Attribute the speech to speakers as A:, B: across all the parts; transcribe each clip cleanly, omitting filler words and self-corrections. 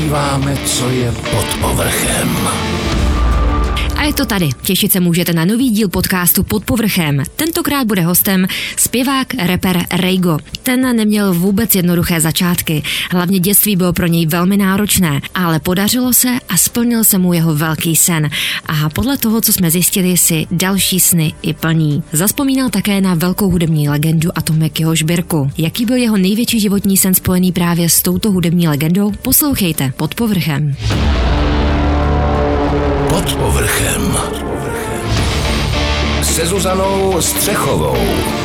A: Odkrýváme, co je pod povrchem.
B: A je to tady. Těšit se můžete na nový díl podcastu Pod povrchem. Tentokrát bude hostem zpěvák, rapper Rejgo. Ten neměl vůbec jednoduché začátky. Hlavně dětství bylo pro něj velmi náročné, ale podařilo se a splnil se mu jeho velký sen. A podle toho, co jsme zjistili, si další sny i plní. Zazpomínal také na velkou hudební legendu Atomikyho Žbírku. Jaký byl jeho největší životní sen spojený právě s touto hudební legendou? Poslouchejte Pod povrchem.
A: Pod povrchem. Se Zuzanou Střechovou.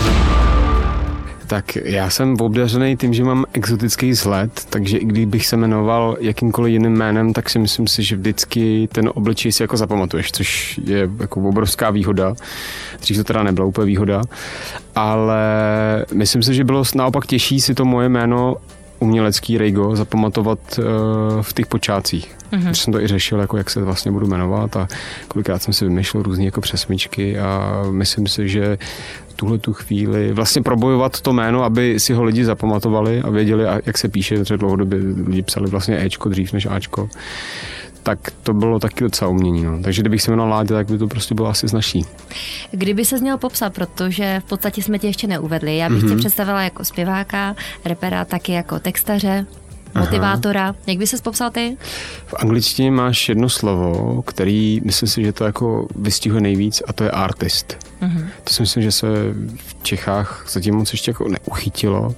C: Tak já jsem obdařený tím, že mám exotický vzhled, takže i kdybych se jmenoval jakýmkoliv jiným jménem, tak si myslím si, že vždycky ten obličej si jako zapamatuješ, což je jako obrovská výhoda. Dřív to teda nebyla úplně výhoda, ale myslím si, že bylo naopak těžší si to moje jméno umělecký Rejgo zapamatovat v těch počátcích. Protože jsem to i řešil, jako jak se vlastně budu jmenovat a kolikrát jsem si vymýšlel různé jako přesmičky a myslím si, že tuhle tu chvíli vlastně probojovat to jméno, aby si ho lidi zapamatovali a věděli, jak se píše, protože dlouhodobě lidi psali vlastně Éčko dřív než Áčko. Tak to bylo taky docela umění. No. Takže kdybych se jmenoval Láďa, tak by to prostě bylo asi snažší.
B: Kdyby se měl popsat, protože v podstatě jsme tě ještě neuvedli. Já bych tě představila jako zpěváka, rapera, taky jako textaře, motivátora. Jak by ses popsal ty?
C: V angličtině máš jedno slovo, který myslím si, že to jako vystihuje nejvíc a to je artist. To si myslím, že se v Čechách zatím moc ještě jako neuchytilo.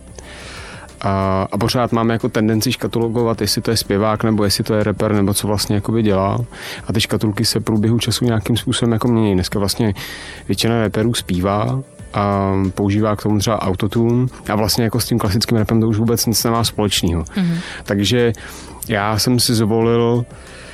C: A pořád máme jako tendenci škatulogovat, jestli to je zpěvák, nebo jestli to je rapper, nebo co vlastně jakoby dělá. A ty škatulky se v průběhu času nějakým způsobem jako mění. Dneska vlastně většina rapperů zpívá a používá k tomu třeba autotune a vlastně jako s tím klasickým rapem to už vůbec nic nemá společného. Takže já jsem si zvolil,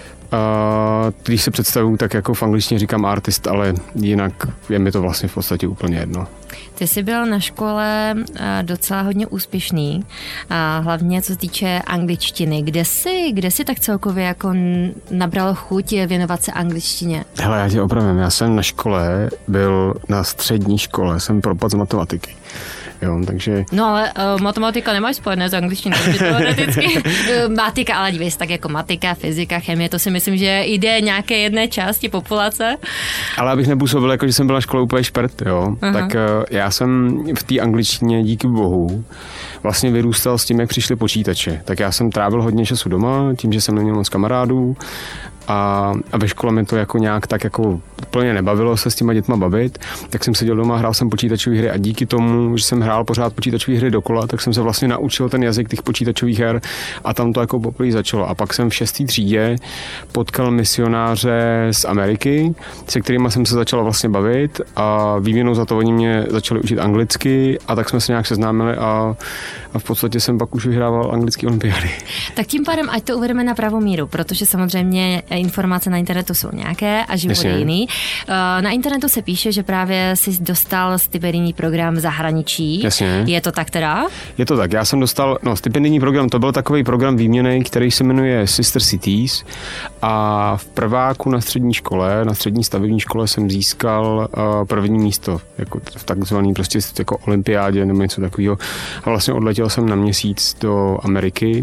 C: když se představuju, tak jako v angličtině říkám artist, ale jinak je mi to vlastně v podstatě úplně jedno.
B: Ty jsi byl na škole docela hodně úspěšný, hlavně co se týče angličtiny. Kde jsi tak celkově jako nabral chuť věnovat se angličtině?
C: Hele, já tě opravím, já jsem na škole byl, na střední škole, jsem propad z matematiky. Jo, takže...
B: No ale matematika nemáš spojené s angličtinou, teoreticky. Matika, ale dívej se, tak jako matika, fyzika, chemie, to si myslím, že jde nějaké jedné části populace.
C: Ale abych nepůsobil, jako že jsem byl na škole úplně špert, jo, tak já jsem v té angličtině, díky bohu, vlastně vyrůstal s tím, jak přišly počítače. Tak já jsem trávil hodně času doma, tím, že jsem neměl moc kamarádů a ve škole mi to jako nějak tak jako úplně nebavilo se s těma dětma bavit, tak jsem seděl doma, hrál jsem počítačové hry a díky tomu, že jsem hrál pořád počítačové hry dokola, tak jsem se vlastně naučil ten jazyk těch počítačových her a tam to jako poprvé začalo. A pak jsem v 6. třídě potkal misionáře z Ameriky, se kterými jsem se začal vlastně bavit a výměnou za to oni mě začali učit anglicky a tak jsme se nějak seznámili a v podstatě jsem pak už vyhrával anglické olympiády.
B: Tak tím pádem, ať to uvedeme na pravou míru, protože samozřejmě informace na internetu jsou nějaké a život je jiný. Na internetu se píše, že právě jsi dostal stipendijní program v zahraničí.
C: Jasně.
B: Je to tak teda?
C: Je to tak. Já jsem dostal stipendijní program, to byl takový program výměnej, který se jmenuje Sister Cities a v prváku na střední škole, na střední stavební škole jsem získal první místo, jako v takzvaný prostě jako olympiádě nebo něco takového. A vlastně odletěl jsem na měsíc do Ameriky.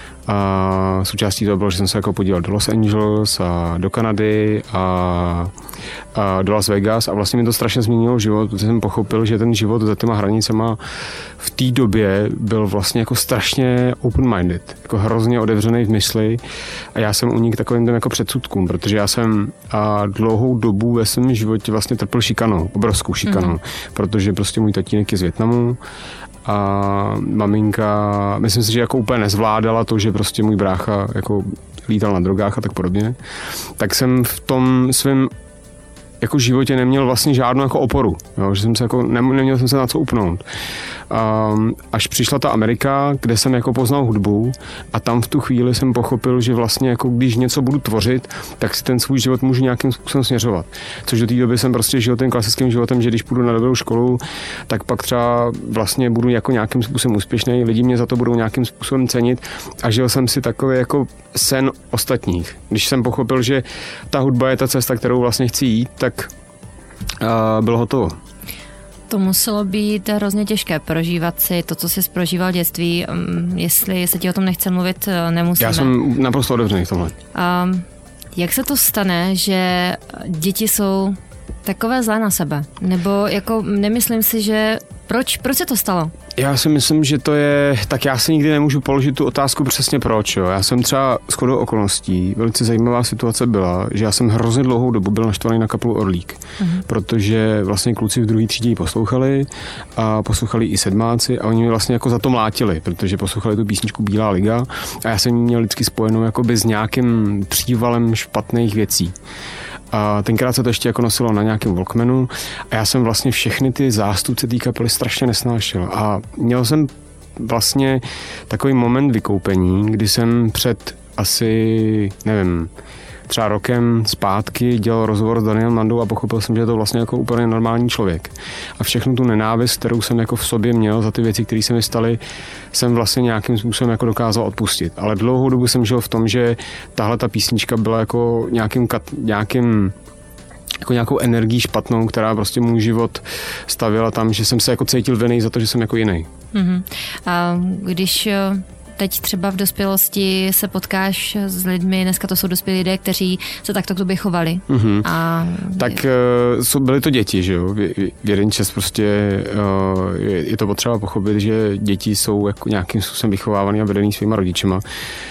C: A součástí toho bylo, že jsem se jako podíval do Los Angeles a do Kanady a do Las Vegas a vlastně mi to strašně změnilo život, protože jsem pochopil, že ten život za těma hranicema v té době byl vlastně jako strašně open-minded, jako hrozně otevřený v mysli a já jsem unikl takovým těm jako předsudkům, protože já jsem dlouhou dobu ve svém životě vlastně trpěl šikanou, obrovskou šikanou, protože prostě můj tatínek je z Vietnamu a maminka, myslím si, že jako úplně nezvládala to, že prostě můj brácha jako lítal na drogách a tak podobně, tak jsem v tom svém jako životě neměl vlastně žádnou jako oporu, jo, že jsem se jako neměl jsem se na co upnout. Až přišla ta Amerika, kde jsem jako poznal hudbu a tam v tu chvíli jsem pochopil, že vlastně jako když něco budu tvořit, tak si ten svůj život můžu nějakým způsobem směřovat. Což do té doby jsem prostě žil tím klasickým životem, že když půjdu na dobrou školu, tak pak třeba vlastně budu jako nějakým způsobem úspěšný, lidi mě za to budou nějakým způsobem cenit a žil jsem si takový jako sen ostatních. Když jsem pochopil, že ta hudba je ta cesta, kterou vlastně chci jít, tak bylo hotovo.
B: To muselo být hrozně těžké prožívat si to, co jsi prožíval v dětství. Jestli se ti o tom nechce mluvit, nemusíme.
C: Já jsem naprosto otevřený v tomhle.
B: Jak se to stane, že děti jsou takové zlé na sebe? Nebo jako nemyslím si, že proč se to stalo?
C: Já si myslím, že to je, tak já si nikdy nemůžu položit tu otázku přesně proč. Jo. Já jsem třeba shodou okolností, velice zajímavá situace byla, že já jsem hrozně dlouhou dobu byl naštvaný na kapelu Orlík, protože vlastně kluci v druhé třídě ji poslouchali a poslouchali i sedmáci a oni mě vlastně jako za to mlátili, protože poslouchali tu písničku Bílá liga a já jsem ji měl vždycky spojenou jakoby s nějakým přívalem špatných věcí. A tenkrát se to ještě jako nosilo na nějakém Walkmanu a já jsem vlastně všechny ty zástupce té kapely strašně nesnášel a měl jsem vlastně takový moment vykoupení, kdy jsem před asi, nevím, třeba rokem zpátky dělal rozhovor s Danielem Landou a pochopil jsem, že je to vlastně jako úplně normální člověk. A všechnu tu nenávist, kterou jsem jako v sobě měl za ty věci, které se mi staly, jsem vlastně nějakým způsobem jako dokázal odpustit. Ale dlouhou dobu jsem žil v tom, že tahle ta písnička byla jako nějakou energií špatnou, která prostě můj život stavila tam, že jsem se jako cítil vinný za to, že jsem jako jiný.
B: A když teď třeba v dospělosti se potkáš s lidmi, dneska to jsou dospělí lidé, kteří se takto k tobě chovali.
C: Tak byly to děti, že jo? V jeden čas prostě je to potřeba pochopit, že děti jsou jako nějakým způsobem vychovávaný a vedený svýma rodičema.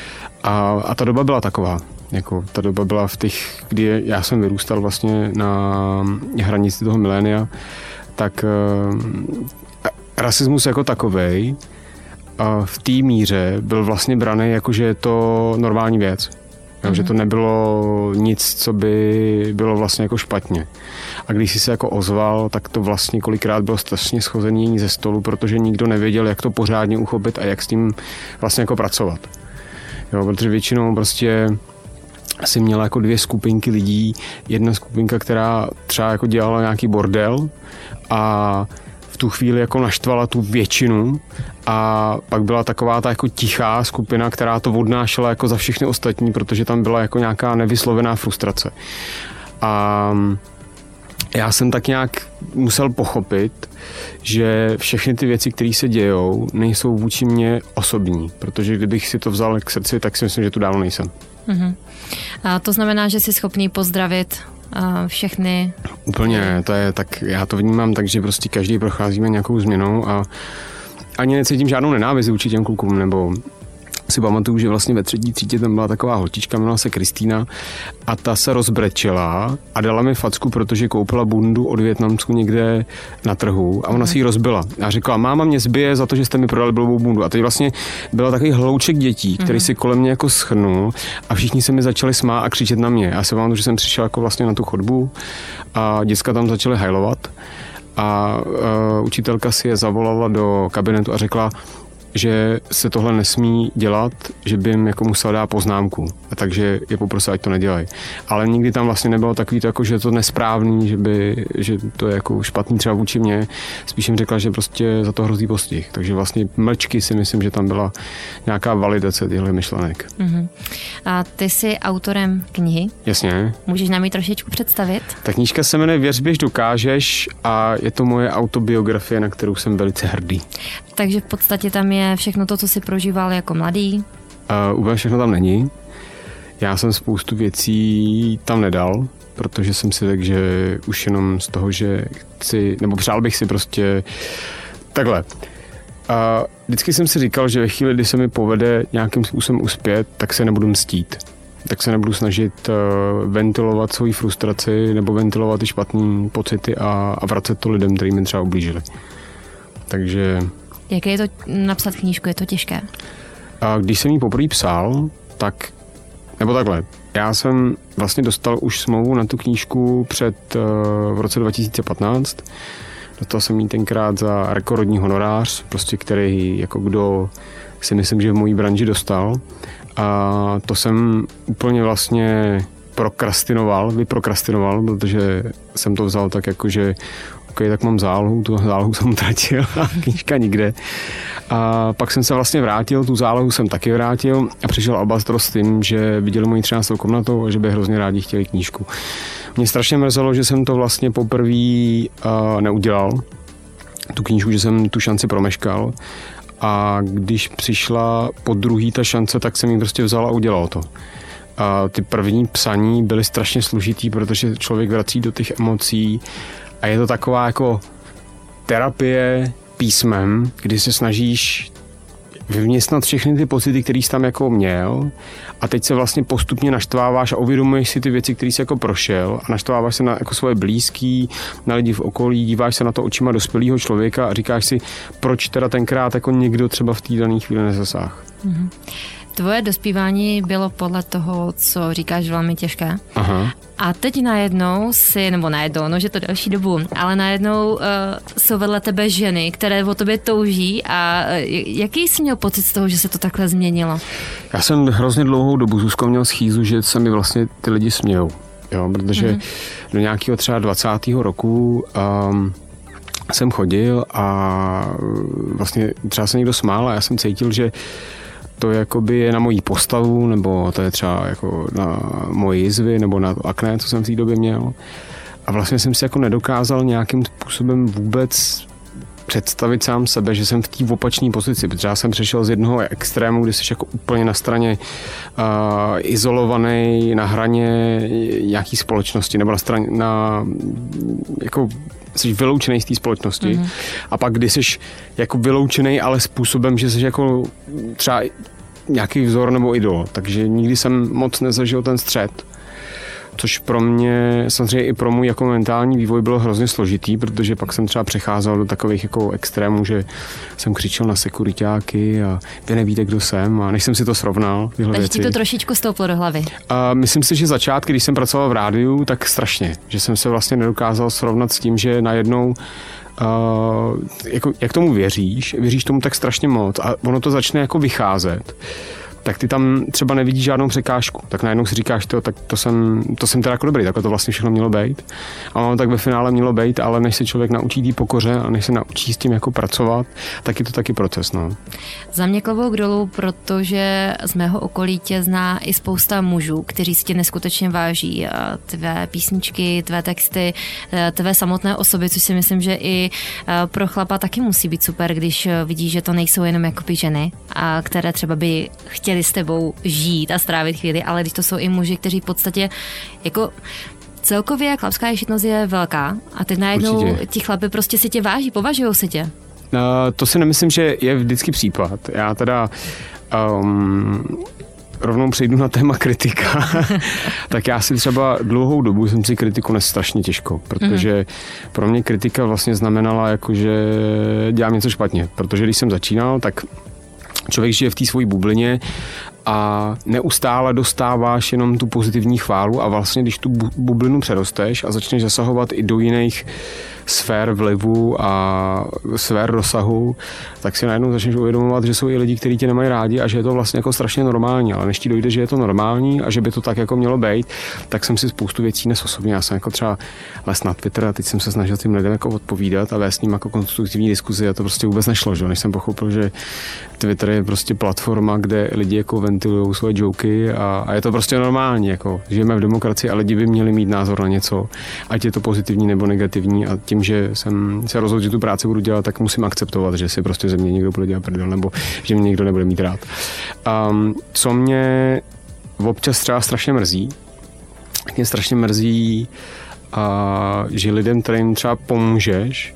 C: A ta doba byla taková. Jako ta doba byla v těch, kdy já jsem vyrůstal vlastně na hranici toho milénia, tak rasismus jako takovej v té míře byl vlastně braný jako, že je to normální věc. Že to nebylo nic, co by bylo vlastně jako špatně. A když jsi se jako ozval, tak to vlastně kolikrát bylo strašně schozený ze stolu, protože nikdo nevěděl, jak to pořádně uchopit a jak s tím vlastně jako pracovat. Jo, protože většinou prostě asi měla jako dvě skupinky lidí. Jedna skupinka, která třeba jako dělala nějaký bordel a v tu chvíli jako naštvala tu většinu a pak byla taková ta jako tichá skupina, která to odnášela jako za všechny ostatní, protože tam byla jako nějaká nevyslovená frustrace. A já jsem tak nějak musel pochopit, že všechny ty věci, které se dějou, nejsou vůči mně osobní, protože kdybych si to vzal k srdci, tak si myslím, že tu dávno nejsem.
B: A to znamená, že jsi schopný pozdravit všechny?
C: Úplně, to je tak, já to vnímám tak, že prostě každý procházíme nějakou změnou a ani necítím žádnou nenávist vůči těm klukům, nebo si pamatuju, že vlastně ve třetí třídě tam byla taková holčička, jmenovala se Kristýna a ta se rozbrečela a dala mi facku, protože koupila bundu od Vietnamsku někde na trhu a ona si ji rozbila. A řekla, máma mě zbije za to, že jste mi prodali blbou bundu. A teď vlastně byl takový hlouček dětí, který si kolem mě jako schrnul a všichni se mi začali smát a křičet na mě. Já se pamatuju, že jsem přišel jako vlastně na tu chodbu a děcka tam začaly hajlovat a učitelka si je zavolala do kabinetu a řekla, že se tohle nesmí dělat, že by jim jako musel dát poznámku. A takže je poprosil, ať to nedělají. Ale nikdy tam vlastně nebylo takový to, jako, že je to nesprávný, že to je jako špatný třeba vůči mě. Spíš jim řekla, že prostě za to hrozí postih. Takže vlastně mlčky si myslím, že tam byla nějaká validace těchto myšlenek.
B: A ty jsi autorem knihy?
C: Jasně.
B: Můžeš nám ji trošičku představit?
A: Ta knížka se jmenuje Věř, běž, dokážeš a je to moje autobiografie, na kterou jsem velice hrdý.
B: Takže v podstatě tam je všechno to, co jsi prožíval jako mladý?
C: Úplně všechno tam není. Já jsem spoustu věcí tam nedal, protože jsem si řekl, že už jenom z toho, že chci, nebo přál bych si prostě takhle. Vždycky jsem si říkal, že ve chvíli, kdy se mi povede nějakým způsobem uspět, tak se nebudu mstít. Tak se nebudu snažit ventilovat svoji frustraci nebo ventilovat ty špatné pocity a vracet to lidem, kteří mi třeba ublížili. Takže...
B: Jaké je to napsat knížku? Je to těžké?
C: Když jsem ji poprvé psal, tak, nebo takhle, já jsem vlastně dostal už smlouvu na tu knížku v roce 2015. Dostal jsem ji tenkrát za rekordní honorář, prostě který jako kdo si myslím, že v mojí branži dostal. A to jsem úplně vlastně vyprokrastinoval, protože jsem to vzal tak jako, že tak mám zálohu, tu zálohu jsem utratil a knížka nikde. A pak jsem se vlastně vrátil, tu zálohu jsem taky vrátil a přišel Albastro s tím, že viděli moji 13. komnatu a že by hrozně rádi chtěli knížku. Mě strašně mrzelo, že jsem to vlastně poprvé neudělal, tu knížku, že jsem tu šanci promeškal. A když přišla po druhý ta šance, tak jsem ji prostě vzal a udělal to. A ty první psaní byly strašně složitý, protože člověk vrací do těch emocí a je to taková jako terapie písmem, kdy se snažíš vyvměstnat všechny ty pocity, které jsi tam jako měl a teď se vlastně postupně naštváváš a uvědomuješ si ty věci, které jsi jako prošel a naštváváš se na jako svoje blízký, na lidi v okolí, díváš se na to očima dospělého člověka a říkáš si, proč teda tenkrát jako někdo třeba v té dané chvíli nezasáhl.
B: Mm-hmm. Tvoje dospívání bylo podle toho, co říkáš, velmi těžké.
C: Aha.
B: A teď najednou no, že to další dobu, ale najednou jsou vedle tebe ženy, které o tobě touží a jaký jsi měl pocit z toho, že se to takhle změnilo?
C: Já jsem hrozně dlouhou dobu, Zuzko, měl schýzu, že se mi vlastně ty lidi smějou, jo, protože do nějakého třeba 20. roku jsem chodil a vlastně třeba se někdo smál a já jsem cítil, že to jakoby je na moji postavu, nebo to je třeba jako na moje jizvy, nebo na akné, co jsem v té době měl. A vlastně jsem si jako nedokázal nějakým způsobem vůbec představit sám sebe, že jsem v té opačné pozici, protože já jsem přešel z jednoho extrému, kdy jsi jako úplně na straně izolovaný, na hraně nějaký společnosti, nebo na straně, jako jsi vyloučený z té společnosti. Mm-hmm. A pak, kdy jsi jako vyloučený, ale způsobem, že jsi jako třeba nějaký vzor nebo idol. Takže nikdy jsem moc nezažil ten střed. Což pro mě, samozřejmě i pro můj jako mentální vývoj bylo hrozně složitý, protože pak jsem třeba přecházel do takových jako extrémů, že jsem křičel na sekuriťáky a vy nevíte, kdo jsem, a než jsem si to srovnal.
B: Takže ti to trošičku stouplo do hlavy. A
C: myslím si, že začátky, když jsem pracoval v rádiu, tak strašně, že jsem se vlastně nedokázal srovnat s tím, že najednou jako, jak tomu věříš tomu tak strašně moc a ono to začne jako vycházet, tak ty tam třeba nevidíš žádnou překážku. Tak najednou si říkáš, tak to jsem teda jako dobrý, takhle to vlastně všechno mělo být. A ono tak ve finále mělo být, ale než se člověk naučí té pokoře a než se naučí s tím jako pracovat, tak je to taky proces. No.
B: Za mě klobouk dolů, protože z mého okolí tě zná i spousta mužů, kteří si tě neskutečně váží. Tvé písničky, tvé texty, tvé samotné osoby, což si myslím, že i pro chlapa taky musí být super, když vidí, že to nejsou jenom jakoby ženy, a které třeba by chtěli s tebou žít a strávit chvíli, ale když to jsou i muži, kteří v podstatě jako celkově chlapská ješitnost je velká a teď najednou ti chlapi prostě si tě váží, považujou si tě.
C: To si nemyslím, že je vždycky případ. Já teda rovnou přejdu na téma kritika. Tak já si třeba dlouhou dobu jsem si kritiku nes strašně těžko, protože pro mě kritika vlastně znamenala jako, že dělám něco špatně, protože když jsem začínal, tak člověk žije v té svojí bublině a neustále dostáváš jenom tu pozitivní chválu a vlastně, když tu bublinu přerosteš a začneš zasahovat i do jiných sfér vlivu a sfér dosahu, tak si najednou začneš uvědomovat, že jsou i lidi, kteří tě nemají rádi a že je to vlastně jako strašně normální, ale než ti dojde, že je to normální a že by to tak jako mělo být, tak jsem si spoustu věcí nes osobně. Já jsem jako třeba les na Twitter a teď jsem se snažil tím lidem jako odpovídat a vést s ním jako konstruktivní diskuzi a to prostě vůbec nešlo, že? Než jsem pochopil, že Twitter je prostě platforma, kde lidi jako ventilujou svoje joky a je to prostě normální, jako žijeme v demokracii a lidi by měli mít názor na něco, ať je to pozitivní nebo negativní a tím, že jsem se rozhodl, že tu práci budu dělat, tak musím akceptovat, že si prostě ze mě někdo bude dělat prdel nebo že mě někdo nebude mít rád. Co mě občas třeba strašně mrzí, že lidem, kterým třeba pomůžeš,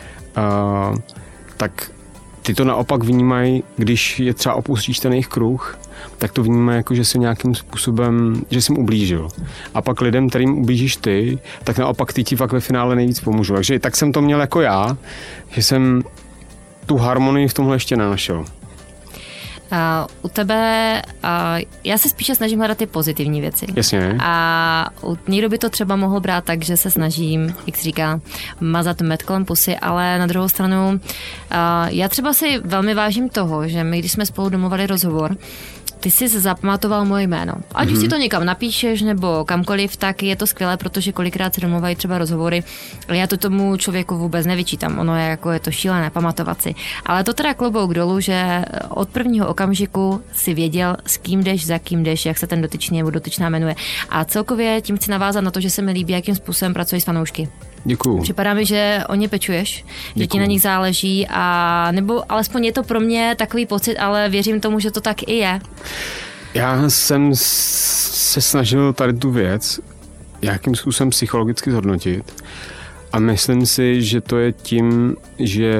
C: tak ty to naopak vnímají, když je třeba opustíš ten jejich kruh, tak to vnímají jako, že jsi nějakým způsobem, že jsi jim ublížil. A pak lidem, kterým ublížíš ty, tak naopak ty ti fakt ve finále nejvíc pomůžou. Takže tak jsem to měl jako já, že jsem tu harmonii v tomhle ještě nenašel.
B: U tebe, já se spíše snažím hledat ty pozitivní věci.
C: Jasně.
B: A někdo by to třeba mohl brát tak, že se snažím, jak se říká, mazat med kolem pusy, ale na druhou stranu já třeba si velmi vážím toho, že my, když jsme spolu domluvali rozhovor, ty jsi zapamatoval moje jméno. Ať už si to někam napíšeš nebo kamkoliv, tak je to skvělé, protože kolikrát se domluvají třeba rozhovory. Já to tomu člověku vůbec nevyčítám. Ono je jako je to šílené pamatovat si. Ale to teda klobouk dolů, že od prvního okamžiku si věděl, s kým jdeš, za kým jdeš, jak se ten dotyčný nebo dotyčná jmenuje. A celkově tím chci navázat na to, že se mi líbí, jakým způsobem pracuješ s fanoušky.
C: Děkuju.
B: Připadá mi, že o ně pečuješ, že ti na nich záleží a nebo alespoň je to pro mě takový pocit, ale věřím tomu, že to tak i je.
C: Já jsem se snažil tady tu věc jakým způsobem psychologicky zhodnotit a myslím si, že to je tím, že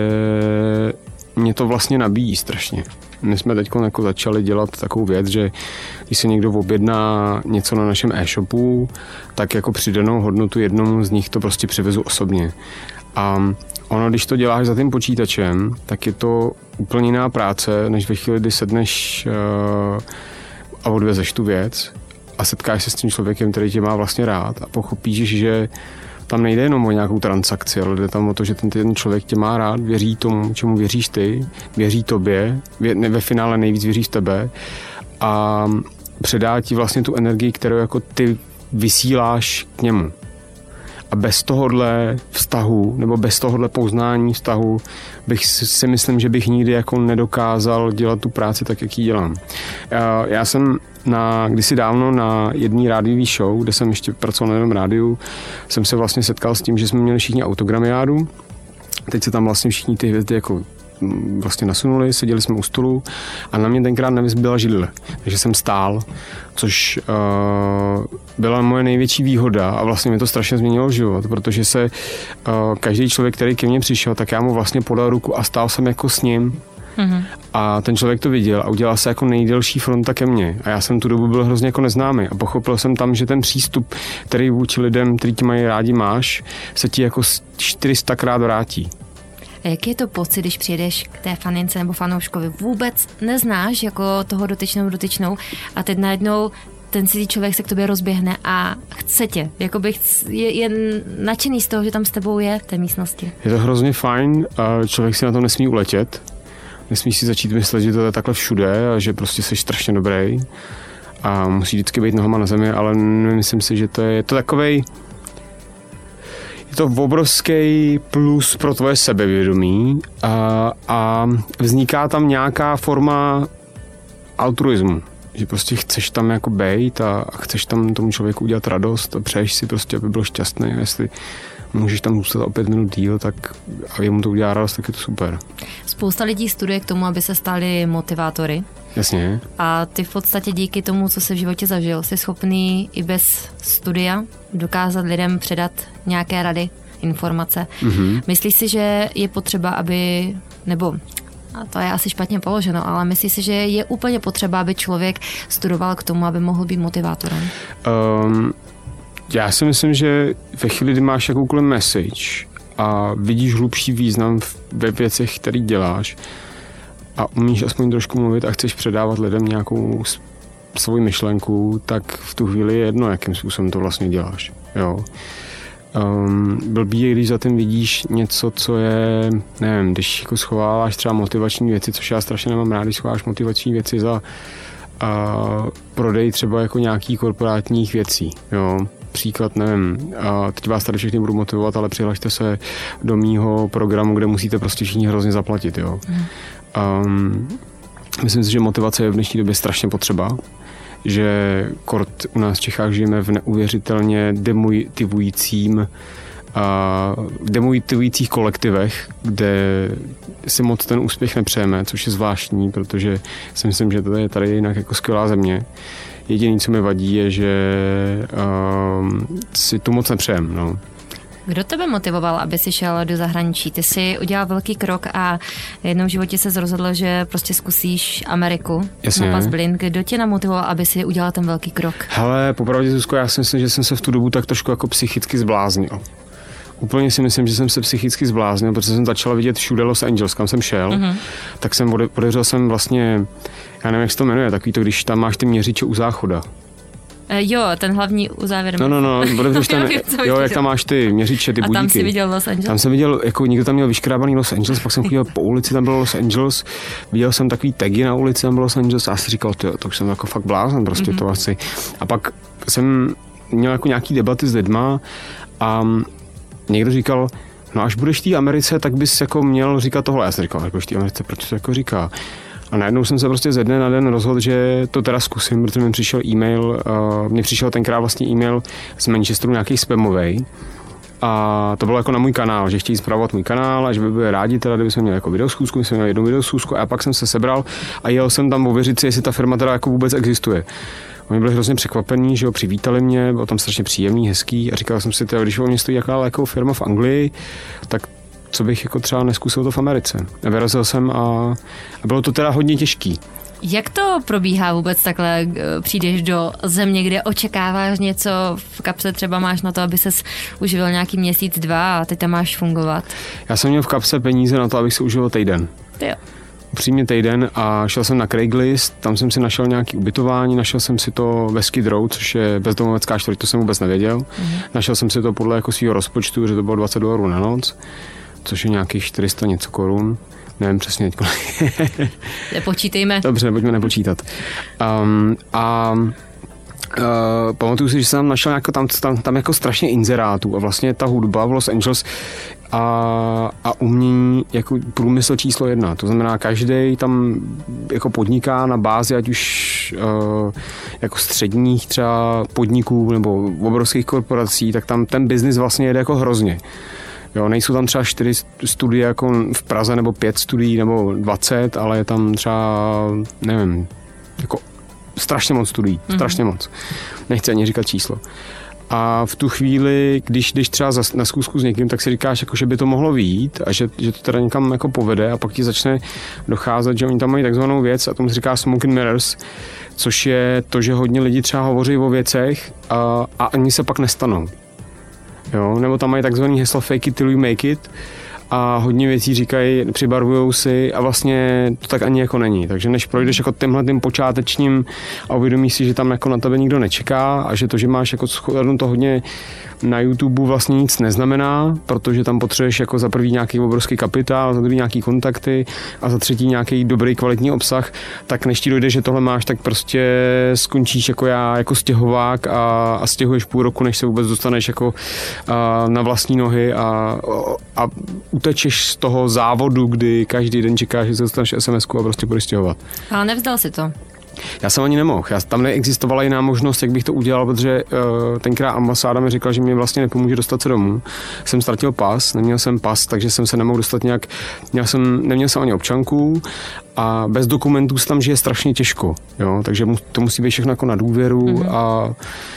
C: mě to vlastně nabíjí strašně. My jsme teď jako začali dělat takovou věc, že když se někdo objedná něco na našem e-shopu, tak jako přidanou hodnotu jednomu z nich to prostě přivezu osobně. A ono, když to děláš za tím počítačem, tak je to úplně jiná práce, než ve chvíli, kdy sedneš a odvezeš tu věc a setkáš se s tím člověkem, který tě má vlastně rád a pochopíš, že tam nejde jenom o nějakou transakci, ale jde tam o to, že ten člověk tě má rád, věří tomu, čemu věříš ty, věří tobě, ve finále nejvíc věří v tebe a předá ti vlastně tu energii, kterou jako ty vysíláš k němu. A bez tohohle vztahu, nebo bez tohohle poznání vztahu, bych si myslím, že bych nikdy jako nedokázal dělat tu práci tak, jak ji dělám. Já jsem kdysi dávno na jedné rádiové show, kde jsem ještě pracoval na jednom rádiu, jsem se vlastně setkal s tím, že jsme měli všichni autogramiádu. Teď se tam vlastně všichni ty hvězdy jako vlastně nasunuli, seděli jsme u stolu a na mě tenkrát nevyzbyla židle. Takže jsem stál, což byla moje největší výhoda a vlastně mi to strašně změnilo život, protože se každý člověk, který ke mně přišel, tak já mu vlastně podal ruku a stál jsem jako s ním. Mm-hmm. A ten člověk to viděl a udělal se jako nejdelší fronta ke mně. A já jsem tu dobu byl hrozně jako neznámý a pochopil jsem tam, že ten přístup, který vůči lidem, který ti mají rádi máš, se ti jako 400krát vrátí.
B: A jaký je to pocit, když přijedeš k té fanince nebo fanouškovi? Vůbec neznáš jako toho dotyčnou a teď najednou ten cizí člověk se k tobě rozběhne a chce tě. Jakoby je nadšený z toho, že tam s tebou je v té místnosti.
C: Je to hrozně fajn a člověk si na tom nesmí uletět. Nesmí si začít myslet, že to je takhle všude a že prostě jsi strašně dobrý a musí vždycky být nohama na zemi, ale myslím si, že to je takovej. Je to obrovský plus pro tvoje sebevědomí a vzniká tam nějaká forma altruismu. Že prostě chceš tam jako bejt a chceš tam tomu člověku udělat radost a přeješ si prostě, aby byl šťastný. A jestli můžeš tam zůstat o 5 minut díl, tak a jemu to udělá radost, tak je to super.
B: Spousta lidí studuje k tomu, aby se stali motivátory.
C: Jasně.
B: A ty v podstatě díky tomu, co jsi v životě zažil, jsi schopný i bez studia dokázat lidem předat nějaké rady, informace. Mm-hmm. Myslíš si, že je potřeba, aby, nebo a to je asi špatně položeno, ale myslíš si, že je úplně potřeba, aby člověk studoval k tomu, aby mohl být motivátorem?
C: Já si myslím, že ve chvíli, kdy máš jakoukoliv message a vidíš hlubší význam ve věcech, které děláš a umíš aspoň trošku mluvit a chceš předávat lidem nějakou svou myšlenku, tak v tu chvíli je jedno, jakým způsobem to vlastně děláš. Jo. Blbý je, když za tím vidíš něco, co je, nevím, když jako schováváš třeba motivační věci, což já strašně nemám rád, když schováváš motivační věci za prodej třeba jako nějakých korporátních věcí, jo. Příklad, nevím, teď vás tady všechny budu motivovat, ale přihlašte se do mýho programu, kde musíte prostě všichni hrozně zaplatit, jo. Myslím si, že motivace je v dnešní době strašně potřeba, že kort u nás v Čechách žijeme v neuvěřitelně demotivujících kolektivech, kde si moc ten úspěch nepřejeme, což je zvláštní, protože si myslím, že to je tady jinak jako skvělá země. Jediné, co mi vadí, je, že si tu moc nepřejem. No.
B: Kdo tebe motivoval, aby jsi šel do zahraničí? Ty jsi udělal velký krok a jednou v životě se rozhodl, že prostě zkusíš Ameriku.
C: Jasně.
B: Na Pasblin. Kdo tě namotivoval, aby si udělal ten velký krok?
C: Hele, popravdě, Zuzko, já si myslím, že jsem se v tu dobu tak trošku jako psychicky zbláznil. Úplně si myslím, že jsem se psychicky zbláznil, protože jsem začal vidět všude Los Angeles, kam jsem šel, tak jsem otevřel jsem vlastně, já nevím, jak se to jmenuje, takový to, když tam máš ty měřiče u záchoda.
B: Jo, ten hlavní uzávěr.
C: No, jo, jak tam máš ty měřiče, ty budíky.
B: A tam jsi viděl Los Angeles?
C: Tam jsem viděl, jako někdo tam měl vyškrábaný Los Angeles, pak jsem chodil po ulici, tam bylo Los Angeles, viděl jsem takový tagy na ulici, tam bylo Los Angeles a já si říkal, to už jsem jako fakt blázen prostě to asi. A pak jsem měl jako nějaký debaty s lidma a někdo říkal, no až budeš v té Americe, tak bys jako měl říkat tohle. Já jsem říkal, jako v té Americe, proč to jako říká? A najednou jsem se prostě ze dne na den rozhodl, že to teda zkusím, protože mně přišel tenkrát vlastně e-mail z Manchesteru nějaký spamovej
A: A to bylo jako na můj kanál, že chtějí zpravovat můj kanál a že by byli rádi, teda, kdyby jsme měli jako videoschůzku, my jsme měli jednu videoschůzku a pak jsem se sebral a jel jsem tam ověřit si, jestli ta firma teda jako vůbec existuje. Oni byli hrozně překvapení, že ho přivítali mě, bylo tam strašně příjemný, hezký a říkal jsem si, když o mě stojí jaká jako firma v Anglii, tak co bych jako třeba neskusil to v Americe. A vyrazil jsem a bylo to teda hodně těžký.
B: Jak to probíhá vůbec takhle? Přijdeš do země, kde očekáváš něco, v kapse třeba máš na to, aby ses uživil nějaký měsíc, 2 a teď tam máš fungovat?
A: Já jsem měl v kapse peníze na to, abych si uživil týden.
B: Jo.
A: Upřímně týden a šel jsem na Craigslist, tam jsem si našel nějaké ubytování, našel jsem si to ve Skid Row, což je bezdomovecká čtvrť, to jsem vůbec nevěděl. Našel jsem si to podle jako svého rozpočtu, že to bylo $20 na noc, což je nějakých 400 něco korun. Nevím přesně teď kolik.
B: Nepočítejme.
A: Dobře, pojďme nepočítat. Pamatuju si, že jsem našel jako tam jako strašně inzerátů a vlastně ta hudba v Los Angeles a umění jako průmysl číslo 1. To znamená, každý tam jako podniká na bázi, ať už jako středních třeba podniků nebo obrovských korporací, tak tam ten biznis vlastně jede jako hrozně. Jo, nejsou tam třeba 4 studie jako v Praze nebo 5 studií nebo 20, ale je tam třeba, nevím, jako strašně moc studií, strašně moc. Nechci ani říkat číslo. A v tu chvíli, když jdeš třeba na schůzku s někým, tak si říkáš, jako, že by to mohlo vyjít a že to teda někam jako povede a pak ti začne docházet, že oni tam mají takzvanou věc a tomu se říká smoke and mirrors, což je to, že hodně lidí třeba hovoří o věcech a ani se pak nestanou. Jo, nebo tam mají takzvaný heslo fake it till you make it a hodně věcí říkají, přibarvujou si a vlastně to tak ani jako není. Takže než projdeš jako tímhletým počátečním a uvědomíš si, že tam jako na tebe nikdo nečeká a že to, že máš jako to hodně na YouTube vlastně nic neznamená, protože tam potřebuješ jako za první nějaký obrovský kapitál, za druhý nějaký kontakty a za třetí nějaký dobrý kvalitní obsah, tak než ti dojde, že tohle máš, tak prostě skončíš jako já, jako stěhovák a stěhuješ půl roku, než se vůbec dostaneš jako na vlastní nohy a utečeš z toho závodu, kdy každý den čekáš, že se dostaneš SMS-ku a prostě budeš stěhovat.
B: Ale nevzdal si to.
A: Já jsem ani nemohl. Tam neexistovala jiná možnost, jak bych to udělal, protože tenkrát ambasáda mi říkala, že mě vlastně nepomůže dostat se domů. Jsem ztratil pas, neměl jsem pas, takže jsem se nemohl dostat nějak, neměl jsem ani občanku a bez dokumentů se tam žije strašně těžko. Jo? Takže to musí být všechno jako na důvěru a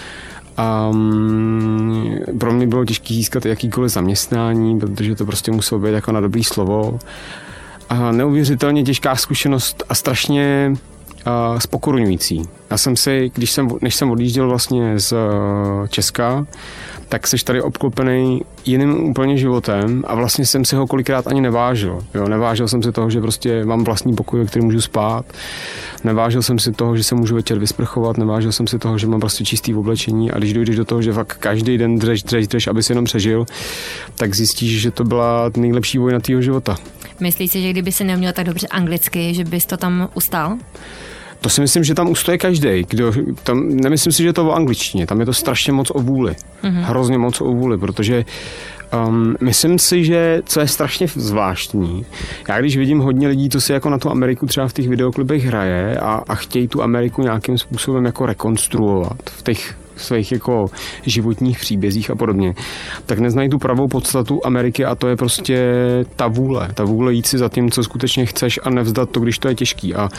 A: pro mě bylo těžké získat jakýkoliv zaměstnání, protože to prostě muselo být jako na dobrý slovo. A neuvěřitelně těžká zkušenost a strašně zpokorňující. Já jsem si, než jsem odjížděl vlastně z Česka, tak seš tady obklopený jiným úplně životem a vlastně jsem si ho kolikrát ani nevážil. Jo, nevážil jsem si toho, že prostě mám vlastní pokoj, který můžu spát. Nevážil jsem si toho, že se můžu večer vysprchovat. Nevážil jsem si toho, že mám prostě čistý oblečení a když dojdeš do toho, že fakt každý den dřeš, aby si jenom přežil, tak zjistíš, že to byla nejlepší vojna tvýho života.
B: Myslíš si, že kdyby si neuměl tak dobře anglicky, že bys to tam ustál?
A: To si myslím, že tam ustoje každý. Nemyslím si, že je to o angličtině, tam je to strašně moc o vůli. Hrozně moc o vůli, protože myslím si, že co je strašně zvláštní, já když vidím hodně lidí, co si jako na tu Ameriku třeba v těch videoklipech hraje a chtějí tu Ameriku nějakým způsobem jako rekonstruovat v těch svých jako životních příbězích a podobně, tak neznají tu pravou podstatu Ameriky a to je prostě ta vůle jít si za tím, co skutečně chceš a nevzdat to, když to je těžký. A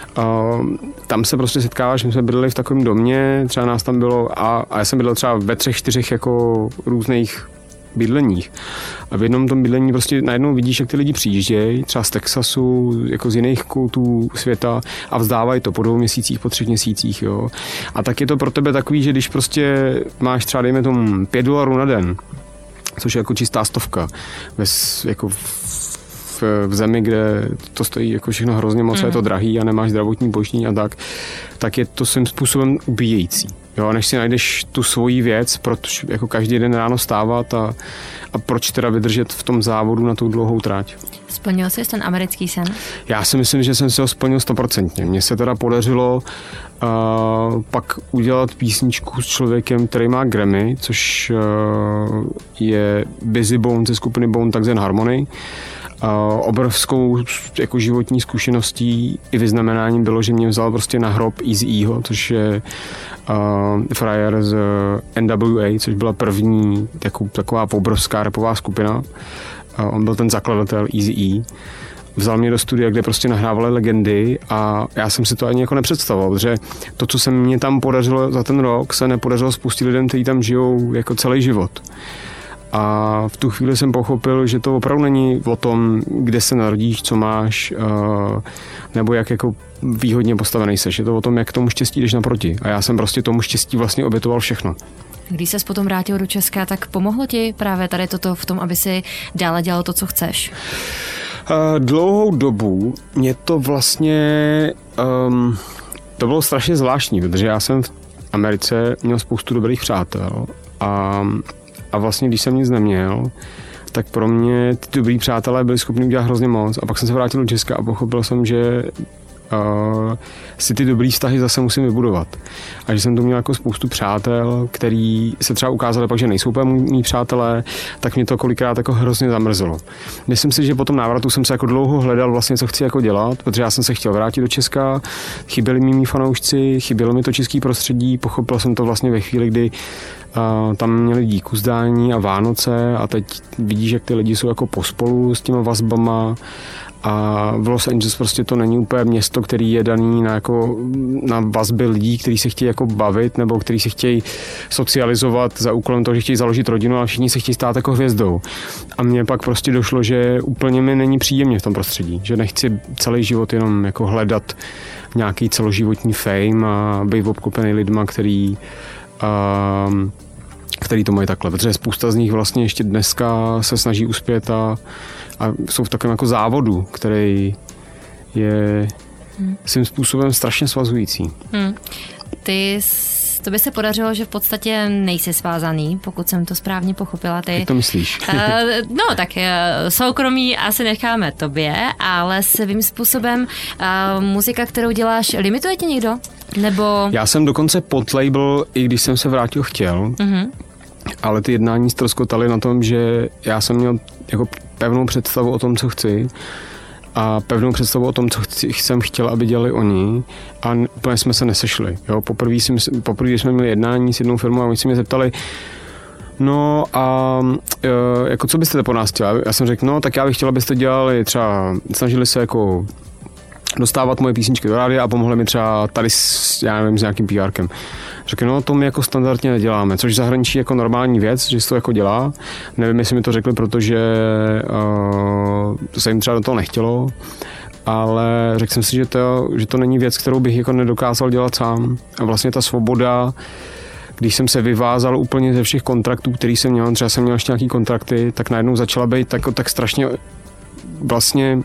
A: tam se prostě setkáváš, my jsme bydleli v takovém domě, třeba nás tam bylo a já jsem bydlel třeba ve 3-4 jako různých bydleních. A v jednom tom bydlení prostě najednou vidíš, jak ty lidi přijíždějí, třeba z Texasu, jako z jiných koutů světa a vzdávají to po 2 měsících, po 3 měsících, jo. A tak je to pro tebe takový, že když prostě máš třeba, dejme tomu, $5 na den, což je jako čistá stovka, jako v zemi, kde to stojí jako všechno hrozně moc, je to drahý a nemáš zdravotní pojištění a tak je to svým způsobem ubíjející. Jo, než si najdeš tu svoji věc, proč jako každý den ráno stávat a proč teda vydržet v tom závodu na tu dlouhou tráť.
B: Splnil jsi ten americký sen?
A: Já si myslím, že jsem si ho splnil 100%. Mně se teda podařilo pak udělat písničku s člověkem, který má Grammy, což je Busy Bone ze skupiny Bone Thugs and Harmony. obrovskou jako životní zkušeností i vyznamenáním bylo, že mě vzal prostě na hrob Eazy-Eho, což je frajer z NWA, což byla první taková obrovská rapová skupina. On byl ten zakladatel Eazy-E. Vzal mě do studia, kde prostě nahrávali legendy a já jsem si to ani jako nepředstavoval, protože to, co se mě tam podařilo za ten rok, se nepodařilo spoustě lidem, kteří tam žijou jako celý život. A v tu chvíli jsem pochopil, že to opravdu není o tom, kde se narodíš, co máš, nebo jak jako výhodně postavený seš. Je to o tom, jak tomu štěstí jdeš naproti. A já jsem prostě tomu štěstí vlastně obětoval všechno.
B: Když ses potom vrátil do Česka, tak pomohlo ti právě tady toto v tom, aby si dále dělal to, co chceš?
A: Dlouhou dobu mě to vlastně to bylo strašně zvláštní, protože já jsem v Americe měl spoustu dobrých přátel a vlastně když jsem nic neměl, tak pro mě ty dobrý přátelé byli schopni udělat hrozně moc a pak jsem se vrátil do Česka a pochopil jsem, že si ty dobrý vztahy zase musím vybudovat. A že jsem tu měl jako spoustu přátel, který se třeba ukázali pak, že nejsou úplně mý přátelé, tak mě to kolikrát jako hrozně zamrzelo. Myslím si, že po tom návratu jsem se jako dlouho hledal vlastně, co chci jako dělat, protože já jsem se chtěl vrátit do Česka, chyběli mi mý fanoušci, chybělo mi to český prostředí, pochopil jsem to vlastně ve chvíli, kdy tam měli díku zdání a Vánoce a teď vidíš, jak ty lidi jsou jako pospolu s těma vazbama. A v Los Angeles prostě to není úplně město, který je daný na vazby lidí, kteří se chtějí jako bavit nebo kteří se chtějí socializovat za úkolem toho, že chtějí založit rodinu a všichni se chtějí stát jako hvězdou. A mně pak prostě došlo, že úplně mi není příjemně v tom prostředí, že nechci celý život jenom jako hledat nějaký celoživotní fame a být obklopený lidma, který to mají takhle, protože spousta z nich vlastně ještě dneska se snaží uspět a jsou v takovém jako závodu, který je svým způsobem strašně svazující.
B: To by se podařilo, že v podstatě nejsi svázaný, pokud jsem to správně pochopila.
A: Jak to myslíš?
B: No tak soukromí asi necháme tobě, ale svým způsobem muzika, kterou děláš, limituje tě někdo? Nebo...
A: Já jsem dokonce pod label, i když jsem se vrátil, chtěl, ale ty jednání ztroskotaly na tom, že já jsem měl jako pevnou představu o tom, co chci a pevnou představu o tom, co jsem chtěl, aby dělali oni a úplně jsme se nesešli. Jo? Poprvé jsme měli jednání s jednou firmou a oni se mě zeptali, no a jako co byste po nás chtěli? Já jsem řekl, no tak já bych chtěl, abyste dělali třeba, snažili se jako dostávat moje písničky do rádia a pomohli mi třeba tady s nějakým PRkem. Řekl, no to my jako standardně neděláme, což v zahraničí jako normální věc, že se to jako dělá. Nevím, jestli mi to řekli, protože se jim třeba do toho nechtělo, ale řekl jsem si, že to není věc, kterou bych jako nedokázal dělat sám. A vlastně ta svoboda, když jsem se vyvázal úplně ze všech kontraktů, který jsem měl, třeba jsem měl ještě nějaký kontrakty, tak najednou začala být tak strašně vlastně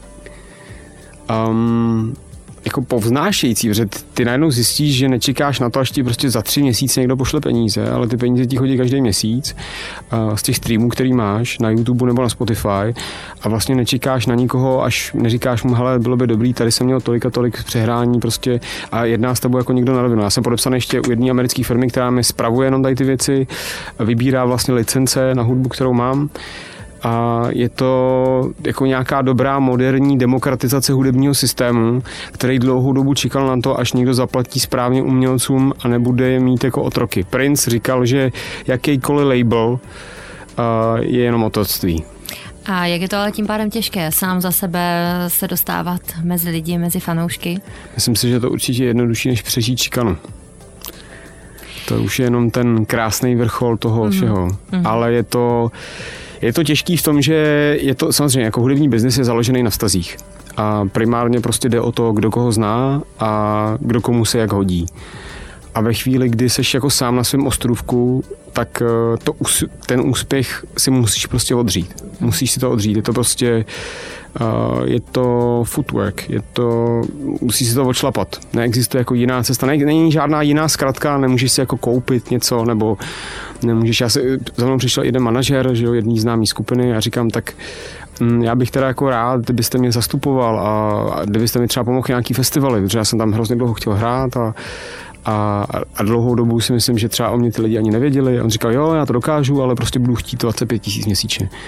A: jako povznášející, protože ty najednou zjistíš, že nečekáš na to, až ti prostě za 3 měsíce někdo pošle peníze, ale ty peníze ti chodí každý měsíc z těch streamů, který máš na YouTube nebo na Spotify a vlastně nečekáš na nikoho, až neříkáš mu, hele, bylo by dobrý, tady jsem měl tolik a tolik přehrání prostě a jedná s tebou jako někdo na rovinu. Já jsem podepsaný ještě u jedné americké firmy, která mi spravuje jenom tady ty věci, vybírá vlastně licence na hudbu, kterou mám. A je to jako nějaká dobrá moderní demokratizace hudebního systému, který dlouhou dobu čekal na to, až někdo zaplatí správně umělcům a nebude je mít jako otroky. Prince říkal, že jakýkoliv label je jenom otroctví.
B: A jak je to ale tím pádem těžké sám za sebe se dostávat mezi lidi, mezi fanoušky?
A: Myslím si, že to určitě je jednodušší, než přežít šikanu. To už je jenom ten krásný vrchol toho všeho. Ale je to těžký v tom, že je to samozřejmě jako hudební biznis je založený na vztazích. A primárně prostě jde o to, kdo koho zná a kdo komu se jak hodí. A ve chvíli, kdy seš jako sám na svém ostrůvku, tak ten úspěch si musíš prostě odřít. Musíš si to odřít. Je to prostě je to footwork, musíš si to odšlapat. Neexistuje jako jiná cesta, není žádná jiná zkratka, nemůžeš si jako koupit něco, nebo nemůžeš, za mnou přišel jeden manažer, že jo, jedný známý skupiny a říkám, tak já bych teda jako rád, kdybyste mě zastupoval a kdybyste mi třeba pomohli nějaký festivaly, protože já jsem tam hrozně dlouho chtěl hrát a dlouhou dobu si myslím, že třeba o mě ty lidi ani nevěděli. A on říkal, jo, já to dokážu, ale prostě budu chtít 25 000 měsíčně.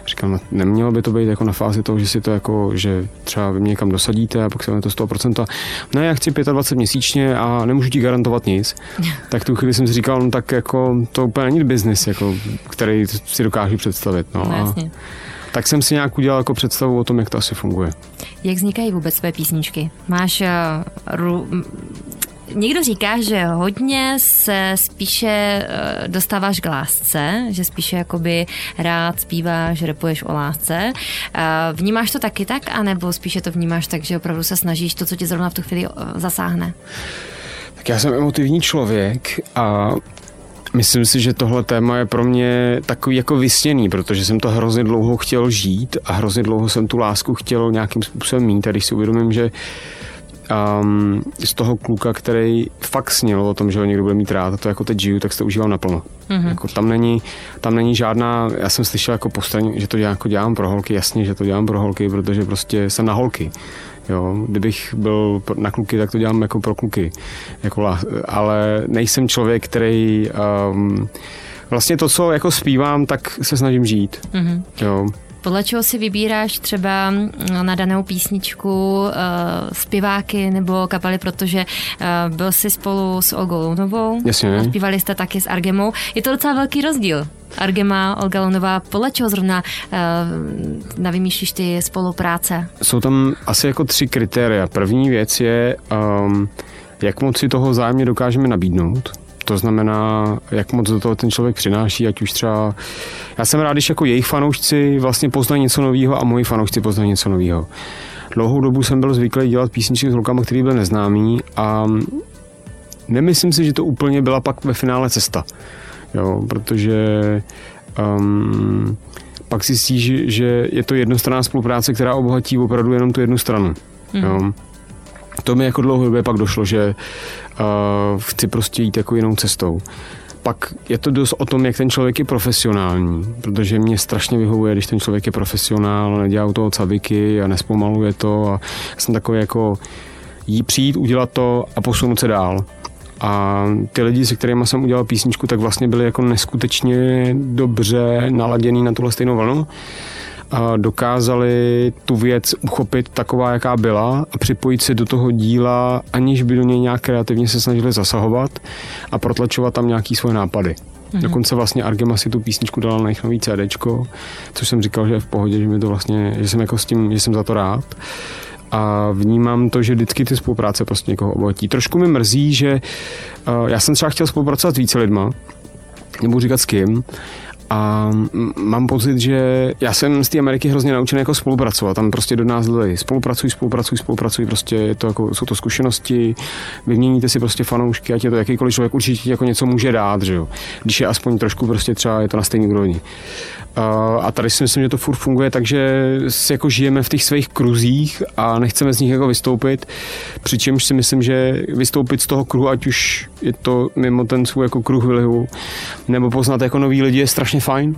A: Říkám, nemělo by to být jako na fázi toho, že si to jako, že třeba vy mě někam dosadíte a pak se to 100%. Ne, já chci 25 měsíčně a nemůžu ti garantovat nic. Tak tu chvíli jsem si říkal, no tak jako to úplně není biznis, jako, který si dokážu představit. No,
B: jasně.
A: Tak jsem si nějak udělal jako představu o tom, jak to asi funguje.
B: Jak vznikají vůbec své písničky? Máš někdo říká, že hodně se spíše dostáváš k lásce, že spíše jakoby rád zpíváš, rapuješ o lásce. Vnímáš to taky tak, anebo spíše to vnímáš tak, že opravdu se snažíš to, co tě zrovna v tu chvíli zasáhne?
A: Tak já jsem emotivní člověk a myslím si, že tohle téma je pro mě takový jako vysněný, protože jsem to hrozně dlouho chtěl žít a hrozně dlouho jsem tu lásku chtěl nějakým způsobem mít. A když si uvědomím, že z toho kluka, který fakt snil o tom, že ho někdo bude mít rád a to jako teď žiju, tak se to užívám naplno. Mm-hmm. Jako tam není žádná, já jsem slyšel jako postraně, že to jako dělám pro holky, jasně, že to dělám pro holky, protože prostě jsem na holky. Jo, kdybych byl na kluky, tak to dělám jako pro kluky. Jako, ale nejsem člověk, který vlastně to, co jako zpívám, tak se snažím žít. Mm-hmm. Jo.
B: Podle čeho si vybíráš třeba na danou písničku zpěváky nebo kapely, protože byl jsi spolu s Olgou Lounovou, zpívali jste taky s Argemou. Je to docela velký rozdíl. Argema, Olga Lounová, podle čeho zrovna navymýšlíš ty spolupráce?
A: Jsou tam asi jako 3 kritéria. První věc je, jak moc si toho vzájemně dokážeme nabídnout. To znamená, jak moc do toho ten člověk přináší, ať už třeba... Já jsem rád, když jako jejich fanoušci vlastně poznají něco nového a moji fanoušci poznají něco nového. Dlouhou dobu jsem byl zvyklý dělat písničky s holkama, který byl neznámý a nemyslím si, že to úplně byla pak ve finále cesta. Jo, protože pak si zjistíš, že je to jednostranná spolupráce, která obohatí opravdu jenom tu jednu stranu. Jo. To mi jako dlouhodobě pak došlo, že chci prostě jít jako jinou cestou. Pak je to dost o tom, jak ten člověk je profesionální, protože mě strašně vyhovuje, když ten člověk je profesionál, nedělá u toho caviky a nespomaluje to a jsem takový jako přijít, udělat to a posunout se dál. A ty lidi, se kterými jsem udělal písničku, tak vlastně byli jako neskutečně dobře naladěný na tuhle stejnou vlnu. A dokázali tu věc uchopit taková, jaká byla a připojit se do toho díla, aniž by do něj nějak kreativně se snažili zasahovat a protlačovat tam nějaký svoje nápady. Dokonce vlastně Argema si tu písničku dala na jejich nový CDčko, což jsem říkal, že je v pohodě, že mi to vlastně, že jsem jako s tím, že jsem za to rád. A vnímám to, že vždycky ty spolupráce prostě někoho obohatí. Trošku mi mrzí, že já jsem třeba chtěl spolupracovat s více lidma, nebudu říkat s kým, a mám pocit, že já jsem z té Ameriky hrozně naučený jako spolupracovat. Tam prostě do nás lidi spolupracují, prostě je to jako, jsou to zkušenosti, vyměníte si prostě fanoušky, ať je to jakýkoliv člověk, určitě jako něco může dát, že jo. Když je aspoň trošku prostě třeba je to na stejný úrovni. A tady si myslím, že to furt funguje, takže si jako žijeme v těch svých kruzích a nechceme z nich jako vystoupit, přičemž si myslím, že vystoupit z toho kruhu, ať už je to mimo ten svůj jako kruh vlivu, nebo poznat jako nový lidi je strašně fajn.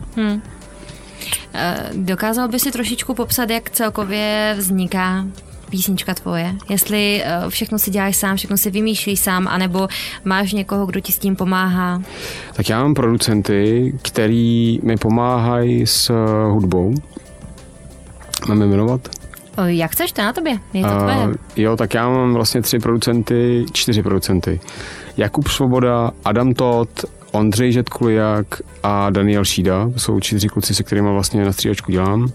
B: Dokázal by si trošičku popsat, jak celkově vzniká písnička tvoje? Jestli všechno si děláš sám, všechno si vymýšlíš sám, anebo máš někoho, kdo ti s tím pomáhá?
A: Tak já mám producenty, který mi pomáhají s hudbou. Mám je jmenovat?
B: Jak chceš, to na tobě. Je to tvoje.
A: Jo, tak já mám vlastně 4 producenty. Jakub Svoboda, Adam Todt, Ondřej Žetkuliak a Daniel Šída. To jsou 4 kluci, se kterými vlastně na stříhačku dělám.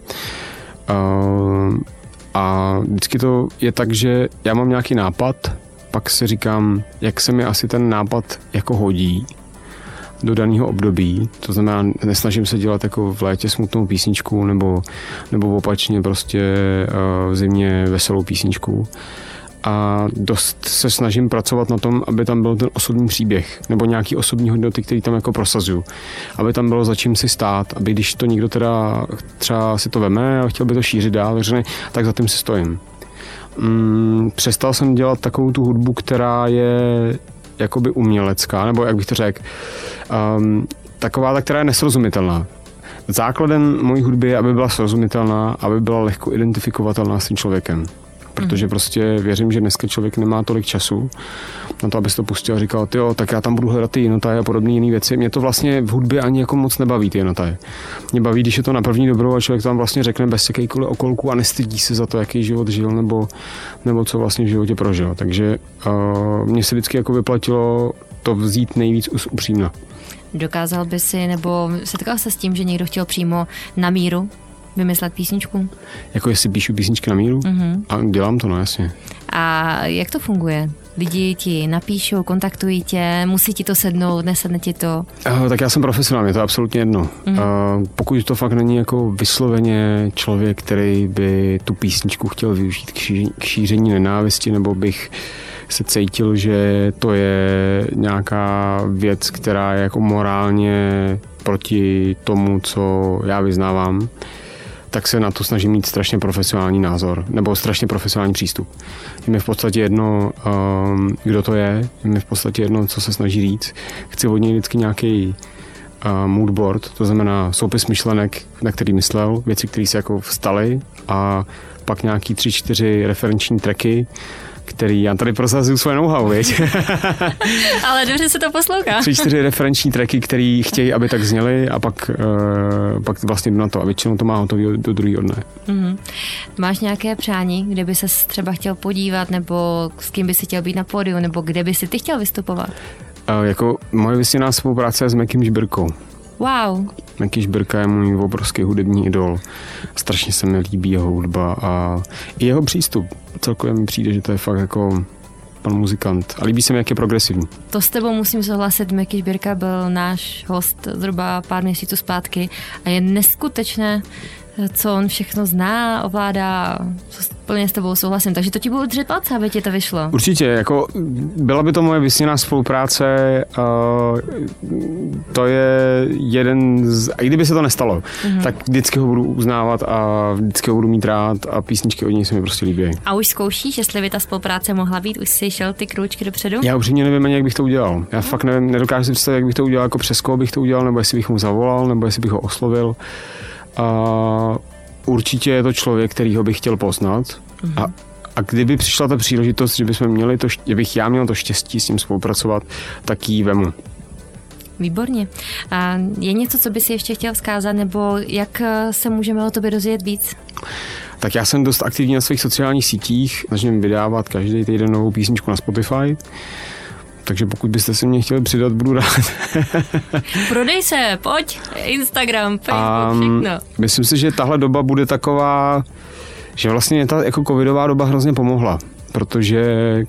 A: A vždycky to je tak, že já mám nějaký nápad, pak si říkám, jak se mi asi ten nápad jako hodí do daného období. To znamená, nesnažím se dělat jako v létě smutnou písničku nebo opačně prostě v zimě veselou písničku. A dost se snažím pracovat na tom, aby tam byl ten osobní příběh nebo nějaký osobní hodnoty, který tam jako prosazuju. Aby tam bylo za čím si stát, aby když to někdo teda třeba si to veme a chtěl by to šířit dál, tak za tím si stojím. Přestal jsem dělat takovou tu hudbu, která je jakoby umělecká, nebo jak bych to řekl, taková ta, která je nesrozumitelná. Základem mojí hudby je, aby byla srozumitelná, aby byla lehko identifikovatelná s tím člověkem. protože prostě věřím, že dneska člověk nemá tolik času na to, aby se to pustil a říkal, tyjo, tak já tam budu hledat ty jinotaje a podobné jiné věci. Mě to vlastně v hudbě ani jako moc nebaví, ty jinotaje. Mě baví, když je to na první dobrou a člověk tam vlastně řekne bez jakýkoliv okolku a nestydí se za to, jaký život žil nebo co vlastně v životě prožil. Takže mně se vždycky jako vyplatilo to vzít nejvíc upřímna.
B: Dokázal by si, nebo setkal se s tím, že někdo chtěl přímo na míru vymyslet písničku?
A: Jako jestli píšu písničky na míru? A dělám to, no jasně.
B: A jak to funguje? Lidi ti napíšou, kontaktují tě, musí ti to sednout, nesedne ti to?
A: Tak já jsem profesionál, je to absolutně jedno. Pokud to fakt není jako vysloveně člověk, který by tu písničku chtěl využít k šíření nenávisti, nebo bych se cítil, že to je nějaká věc, která je jako morálně proti tomu, co já vyznávám, tak se na to snažím mít strašně profesionální názor, nebo strašně profesionální přístup. Je mi v podstatě jedno, kdo to je mi v podstatě jedno, co se snaží říct. Chci od něj vždycky nějaký moodboard, to znamená soupis myšlenek, na který myslel, věci, které se jako vstaly a pak nějaký 3-4 referenční tracky, který já tady prosazuju svoje know-how, viď?
B: Ale dobře se to poslouchá.
A: 3-4 referenční tracky, který chtějí, aby tak zněly a pak vlastně jdu na to a většinou to má hotový do druhého dne.
B: Máš nějaké přání, kde by ses třeba chtěl podívat, nebo s kým by si chtěl být na pódiu, nebo kde by si ty chtěl vystupovat?
A: Jako moje vysněná spolupráce je s Mekim Žbirkou.
B: Wow.
A: Meky Žbirka je můj obrovský hudební idol. Strašně se mi líbí jeho hudba a i jeho přístup. Celkově mi přijde, že to je fakt jako pan muzikant. A líbí se mi, jak je progresivní.
B: To s tebou musím souhlasit. Meky Žbirka byl náš host zhruba pár měsíců zpátky a je neskutečné, co on všechno zná, ovládá, plně s tebou souhlasím. Takže to ti budu držet palce, aby ti to vyšlo.
A: Určitě, jako byla by to moje vysněná spolupráce, to je jeden z... A i kdyby se to nestalo, tak vždycky ho budu uznávat a vždycky ho budu mít rád a písničky od něj se mi prostě líbí.
B: A už zkoušíš, jestli by ta spolupráce mohla být? Už jsi šel ty krůčky dopředu?
A: Já upřímně nevím ani, jak bych to udělal. Já fakt nevím, nedokážu si představit, jak bych to udělal, jako přes koho bych to udělal, nebo jestli bych mu zavolal, nebo jestli bych ho oslovil. Určitě je to člověk, kterýho bych chtěl poznat a kdyby přišla ta příležitost, že bychom měli to, že bych já měl to štěstí s ním spolupracovat, tak ji vemu.
B: Výborně. A je něco, co by si ještě chtěl vzkázat, nebo jak se můžeme o tobě dozvědět víc?
A: Tak já jsem dost aktivní na svých sociálních sítích, snažím vydávat každý týden novou písničku na Spotify. Takže pokud byste se mě chtěli přidat, budu rád.
B: Prodej se, pojď, Instagram, Facebook, všechno.
A: Myslím si, že tahle doba bude taková, že vlastně ta jako covidová doba hrozně pomohla, protože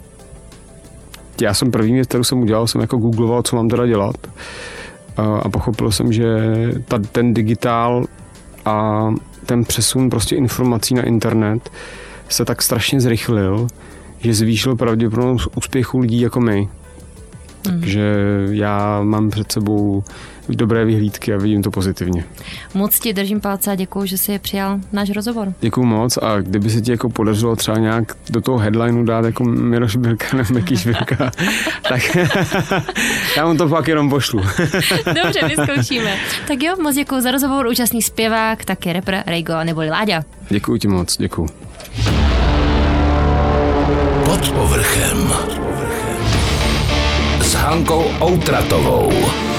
A: já jsem první věc, kterou jsem udělal, jsem jako googloval, co mám teda dělat a pochopil jsem, že ten digitál a ten přesun prostě informací na internet se tak strašně zrychlil, že zvýšil pravděpodobnost úspěchu lidí jako my. Takže já mám před sebou dobré vyhlídky a vidím to pozitivně. Moc
B: ti držím palce a děkuju, že jsi přijal náš rozhovor.
A: Děkuju moc a kdyby se ti jako podařilo třeba nějak do toho headlineu dát jako Miroš Žbirka nebo Meky Žbirka, tak já mu to pak jenom pošlu.
B: Dobře, vyzkoušíme. Tak jo, moc děkuju za rozhovor, účastný zpěvák, taky rapper Rejgo neboli Láďa.
A: Děkuju ti moc, děkuju.
D: Pod povrchem s Hankou Outratovou.